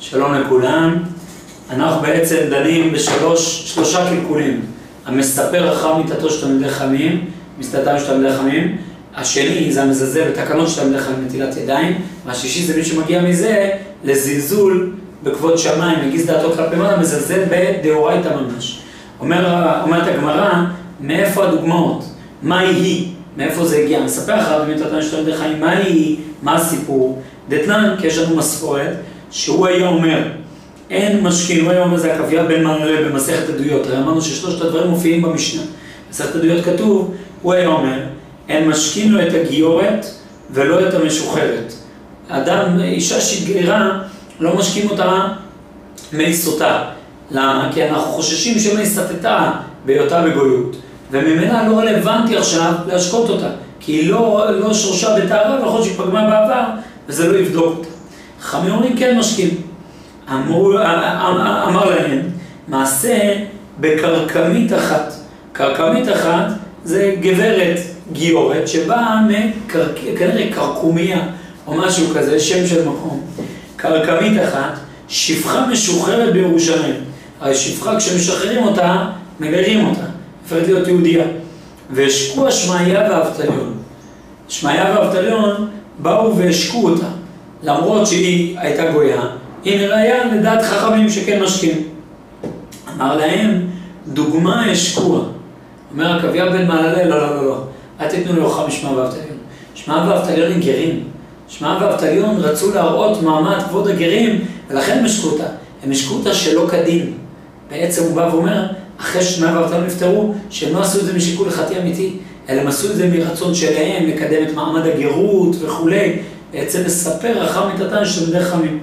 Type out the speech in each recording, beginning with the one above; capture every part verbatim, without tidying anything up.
שלום לכולם. אנחנו בעצם דנים בשלוש, שלושה קלקולים. המספר אחר מיתתו של תלמידי חכמים, מסתתם של תלמידי חכמים. השני זה המזלזל בתקנות של תלמידי חכמים נטילת ידיים. והשישי זה מי שמגיע מזה לזלזול בכבוד שמיים, מגיז דעתו כלפי מעלה, מזלזל בדאורייתא ממש. אומר, אומרת הגמרא, מאיפה הדוגמאות? מה היא? מאיפה זה הגיע? מספר אחר מיתתם של תלמידי חכמים, מה היא? מה הסיפור? דתנן, כי יש לנו מסורת, שהוא היה אומר, אין משכין, הוא היה אומר, זה עקביה בן מנהל במסכת עדויות, הרי אמרנו ששלושת הדברים מופיעים במשנה. במסכת עדויות כתוב, הוא היה אומר, אין משכין לו את הגיורת ולא את המשוחררת. אדם, אישה שהתגיירה, לא משכים אותה מעיסותה. למה? כי אנחנו חוששים שמא הסתתה בהיותה בגויות, וממנה לא רלוונטי עכשיו להשקות אותה, כי היא לא, לא שורשה בטהרה, ויכול להיות שהיא פגמה בעבר, וזה לא יבדוק אותה. חכמים אומרים כן משכים. אמר, אמר להם, מעשה בקרקמית אחת. קרקמית אחת זה גברת גיורת שבאה מכנראה קרקומיה או משהו כזה, שם של מקום. קרקמית אחת, שפחה משוחררת בירושלים. הרי שפחה כשמשחררים אותה, מגיירים אותה, הופכת להיות יהודיה. והשקו שמעיה ואבטליון. שמעיה ואבטליון באו והשקו אותה. למרות שהיא הייתה גויה, היא נראיה לדעת חכמים שכן משקים. אמר להם, דוגמה השקוע. אומר עקביה בן מנהל, לא, לא, לא, לא. אל תתנו לאוכל משמע ואבטליון. שמע ואבטליון הם גרים. שמע ואבטליון רצו להראות מעמד כבוד הגרים, ולכן הם השקו אותה. הם השקו אותה שלא כדין. בעצם הוא בא ואומר, אחרי ששמע ואבטליון נפטרו, שהם לא עשו את זה משיקול הלכתי אמיתי, אלא הם עשו את זה מרצון שלהם, לקדם את מעמד הגרות וכו'. בעצם מספר אחר מיתתם של תלמידי חכמים.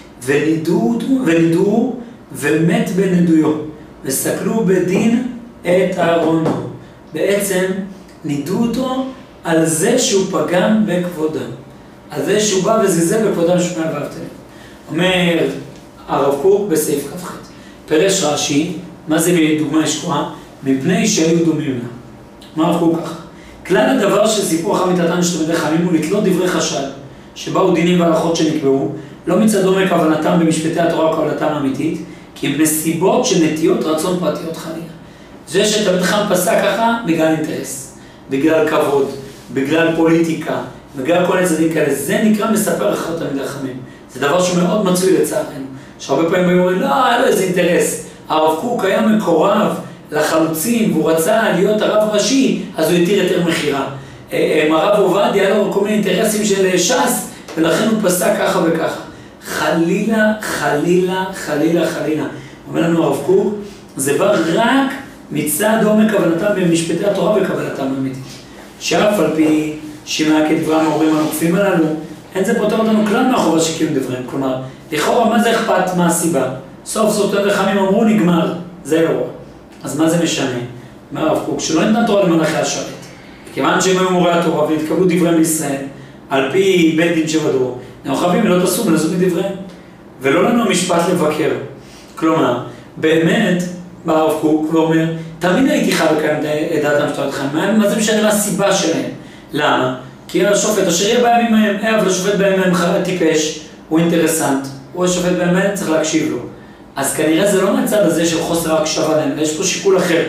ונידו, ונידו ומת בנדויו, וסקלו בדין את אהרונו. בעצם נידו אותו על זה שהוא פגם בכבודם, על זה שהוא בא וזלזל בכבודם שמע ואבטליון. אומר הרב קוק בסעיף כ"ח, פרש רש"י, מה זה דוגמה השקועה? מפני שהיו דומים לה. מה הרב קוק ככה? כלל הדבר של סיפור אחר מיתתם של תלמידי חכמים הוא לתלות דברי חשד, שבאו דינים והלכות שנקבעו, לא מצד עומק כוונתם במשפטי התורה וכוונתם האמיתית, כי הם נסיבות של נטיות רצון פרטיות חלילה. זה שתלמיד חכם פסק ככה בגלל אינטרס, בגלל כבוד, בגלל פוליטיקה, בגלל כל הצדדים כאלה, זה נקרא מספר אחר תלמידי חכמים. זה דבר שמאוד מצוי לצערנו, שהרבה פעמים אומרים, לא, היה לו איזה אינטרס. הרב קוק היה מקורב לחלוצים, והוא רצה להיות הרב ראשי, אז הוא התיר יותר מחירה. הרב עובדיה היה לו כל מיני אינטרסים של ש"ס, ולכן הוא פסק ככה וככה. חלילה, חלילה, חלילה, חלילה. אומר לנו הרב קוק, זה בא רק מצד עומק כוונתם במשפטי התורה וקבלתם האמיתית. שאף על פי שמע כדברי המורים הנוקפים הללו, אין זה פותר אותנו כלל מהחובה שקיום דבריהם. כלומר, לכאורה מה זה אכפת, מה הסיבה? סוף סוף תלמידי חכמים אמרו, נגמר, זה לא. אז מה זה משנה? אומר הרב קוק, שלא ניתנה תורה למלאכי השרת. כיוון שהם היו מורי התורה והתקבלו דבריהם בישראל, על פי בית דין שבדור, הם חייבים לא תעשו ולעשות מדבריהם, ולא לנו המשפט לבקר. כלומר, באמת, בא הרב קוק ואומר, תמיד הייתי חייב לקיים את דעתם של תלמידי חכמים, מה זה משנה מה הסיבה שלהם? למה? כי השופט אשר יהיה בימים ההם, אבל השופט בימים ההם טיפש, הוא אינטרסנט, הוא השופט בימים ההם, צריך להקשיב לו. אז כנראה זה לא מהצד הזה של חוסר הקשבה להם, יש פה שיקול אחר.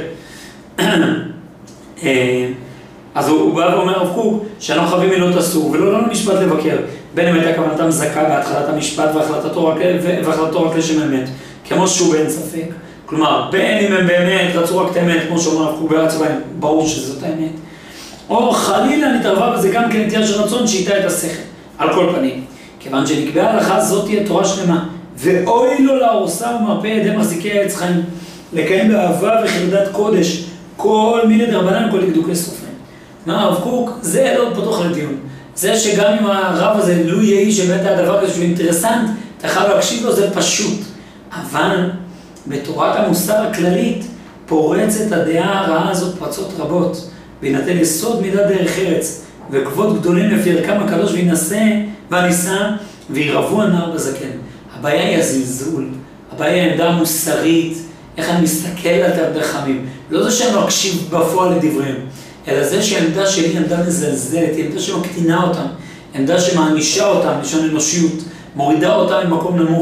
אז הוא בא ואומר הרב קוק, שאנחנו חייבים מילות אסור, ולא לנו משפט לבקר, בין אם הייתה כוונתם זכה בהתחלת המשפט והחלטתו רק לשם אמת, כמו שהוא באין ספק. כלומר, בין אם הם באמת רצו רק את האמת, כמו שאומר הרב קוק ברץ בהם, ברור שזאת האמת. או חלילה נתערבה בזה גם כנטייה של רצון שאיתה את השכל, על כל פנים. כיוון שנקבעה הלכה זאת תהיה תורה שלמה, ואוי לו להורסה ומרפא ידי מחזיקי העץ חיים, לקיים באהבה וחרדת קודש, כל מיני דרבנן וכל דקדוקי סופרים. מה הרב קוק? זה לא פתוח לדיון. זה שגם אם הרב הזה לא יהיה איש שבאמת היה דבר כזה שהוא אינטרסנט, אתה חייב להקשיב לו, זה פשוט. אבל בתורת המוסר הכללית פורצת הדעה הרעה הזאת פרצות רבות, וינתן יסוד מידת דרך ארץ, וכבוד גדולים לפי ערכם הקדוש וינשא והנישא, וירבו הנער בזקן. הבעיה היא הזלזול, הבעיה היא העמדה המוסרית, איך אני מסתכל על תלמידי חכמים. לא זה שאני לא אקשיב בפועל לדבריהם, אלא זה שהעמדה שלי היא עמדה מזלזלת, היא עמדה שמקטינה אותם, עמדה שמענישה אותם, לשון אנושיות, מורידה אותם ממקום נמוך,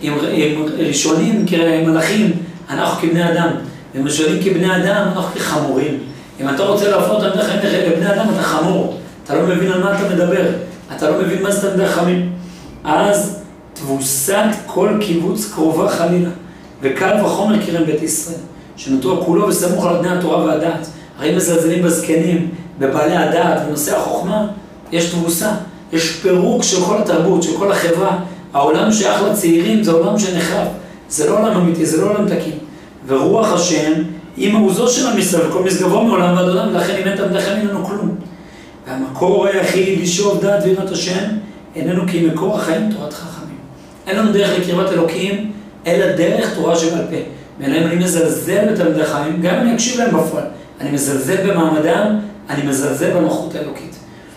הם, הם ראשונים כמלאכים, אנחנו כבני אדם. הם ראשונים כבני אדם, אנחנו כחמורים. אם אתה רוצה להפנות תלמידי חכמים לבני אדם, אתה חמור. אתה לא מבין על מה אתה מדבר. אתה לא מבין מה זה תלמידי חכמים. אז תבוסת כל קיבוץ קרובה חלילה. וקל וחומר כרם בית ישראל, שנוטוע כולו וסמוך על אדני התורה והדעת. הרי מזלזלים בזקנים, בבעלי הדעת, בנושא החוכמה, יש תבוסה. יש פירוק של כל התרבות, של כל החברה. העולם שייך לצעירים זה עולם שנחרב. זה לא עולם אמיתי, זה לא עולם תקין. ורוח השם היא מעוזו של עם ישראל, וכל מסגבו מעולם ועד עולם, ולכן אם אין תלמידי חכמים אין לנו כלום. והמקור היחיד לשאוב דעת ויראת השם, איננו כי מקור החיים תורת חכמים. אין לנו דרך לקרבת אלוקים, אלא דרך תורה שבעל פה. ואלוהים אני מזלזל בתלמידי חכמים, גם אני אקשיב להם בפועל. אני מזלזל במעמדם, אני מזלזל במלכות האלוקית.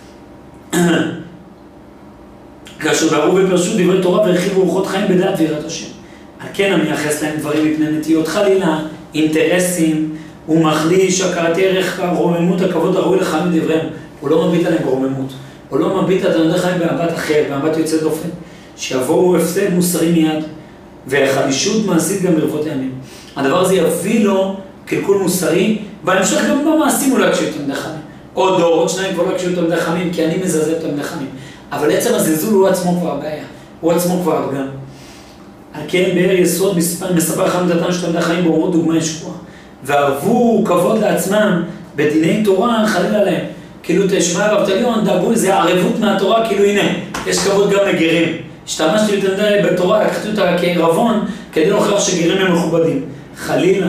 כאשר בערו ופרשו דברי תורה והרחיבו רוחות חיים בדעת ויראת השם. על כן אני מייחס להם דברים מפני נטיות חלילה, אינטרסים, הוא מחליש, הכרת ערך, הרוממות, הכבוד הראוי לחיים דבריהם. הוא לא מביט עליהם ברוממות. הוא לא מביט על תלמידי חכמים במבט אחר, במבט יוצא דופן. שיבואו הפסד מוסרי מיד, והחלישות מעשית גם ברבות הימים. הדבר הזה יביא לו קלקול מוסרי, בהמשך גם במעשים הוא לא יקשיב תלמידי חכמים. עוד דור, עוד שניים כבר לא יקשיב תלמידי חכמים, כי אני מזלזל תלמידי חכמים. אבל עצם הזלזול הוא עצמו כבר הבעיה, הוא עצמו כבר הפגם. על כן באר יסוד מספר חמדתם של תלמידי חכמים באומרות דוגמה ישקוע. וערבו כבוד לעצמם בדיני תורה חלילה להם. כאילו תשמע רב תליון, דאגו לזה ערבות מהתורה, כאילו הנה, יש כבוד גם לגרים. השתמשתי לתלמידי בתורה, לקחתי אותה כערבון, כדי להוכיח שגרים הם מכובדים. חלילה.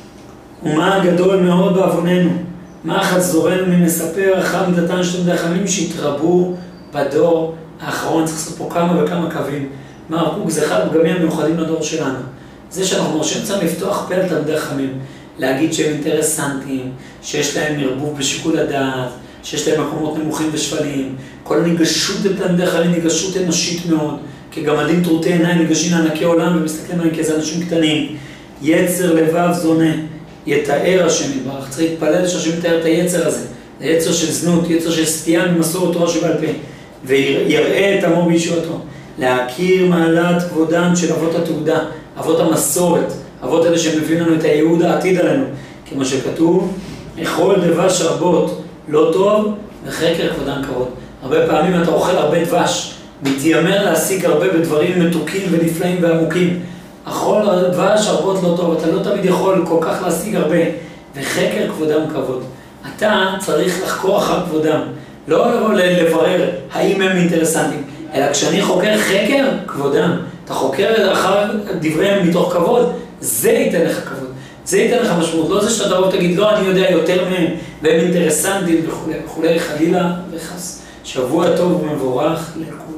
ומה גדול מאוד בעווננו. מה אחת זורנו ממספר חמדתם של תלמידי חכמים שהתרבו בדור האחרון. צריך לעשות פה כמה וכמה קווים. מה הרקוק זה אחד הפגמים המיוחדים לדור שלנו. זה שאנחנו מרשים צריך לפתוח פה על תלמידי חכמים, להגיד שהם אינטרסנטים, שיש להם ערבוב בשיקול הדעת, שיש להם מקומות נמוכים ושפלים, כל הניגשות לתלמידי חכמים ניגשות אנושית מאוד, כגמדים טרוטי עיניים ניגשים לענקי עולם ומסתכלים עליהם כאיזה אנשים קטנים. יצר לבב זונה, יתאר השם יתברך, צריך להתפלל שהשם יתאר את היצר הזה, היצר של זנות, יצר של סטייה ממסורת תורה שבעל פה, ויראה את עמו בישועתו. להכיר מעלת כבודם של אבות התעודה, אבות המסורת, אבות אלה שמביאים לנו את הייעוד העתיד עלינו, כמו שכתוב, אכול דבש רבות לא טוב וחקר כבודם כבוד. הרבה פעמים אתה אוכל הרבה דבש, מתיימר להשיג הרבה בדברים מתוקים ונפלאים ועמוקים. אכול דבש רבות לא טוב, אתה לא תמיד יכול כל כך להשיג הרבה, וחקר כבודם כבוד. אתה צריך לחקור אחר כבודם, לא לבוא לברר האם הם אינטרסנטים, אלא כשאני חוקר חקר כבודם, אתה חוקר אחר דבריהם מתוך כבוד, זה ייתן לך כבוד, זה ייתן לך משמעות, לא זה שאתה תבוא ותגיד, לא, אני יודע יותר מהם, והם אינטרסנטים וכו' וכו', חלילה וחס. שבוע טוב ומבורך לכולם.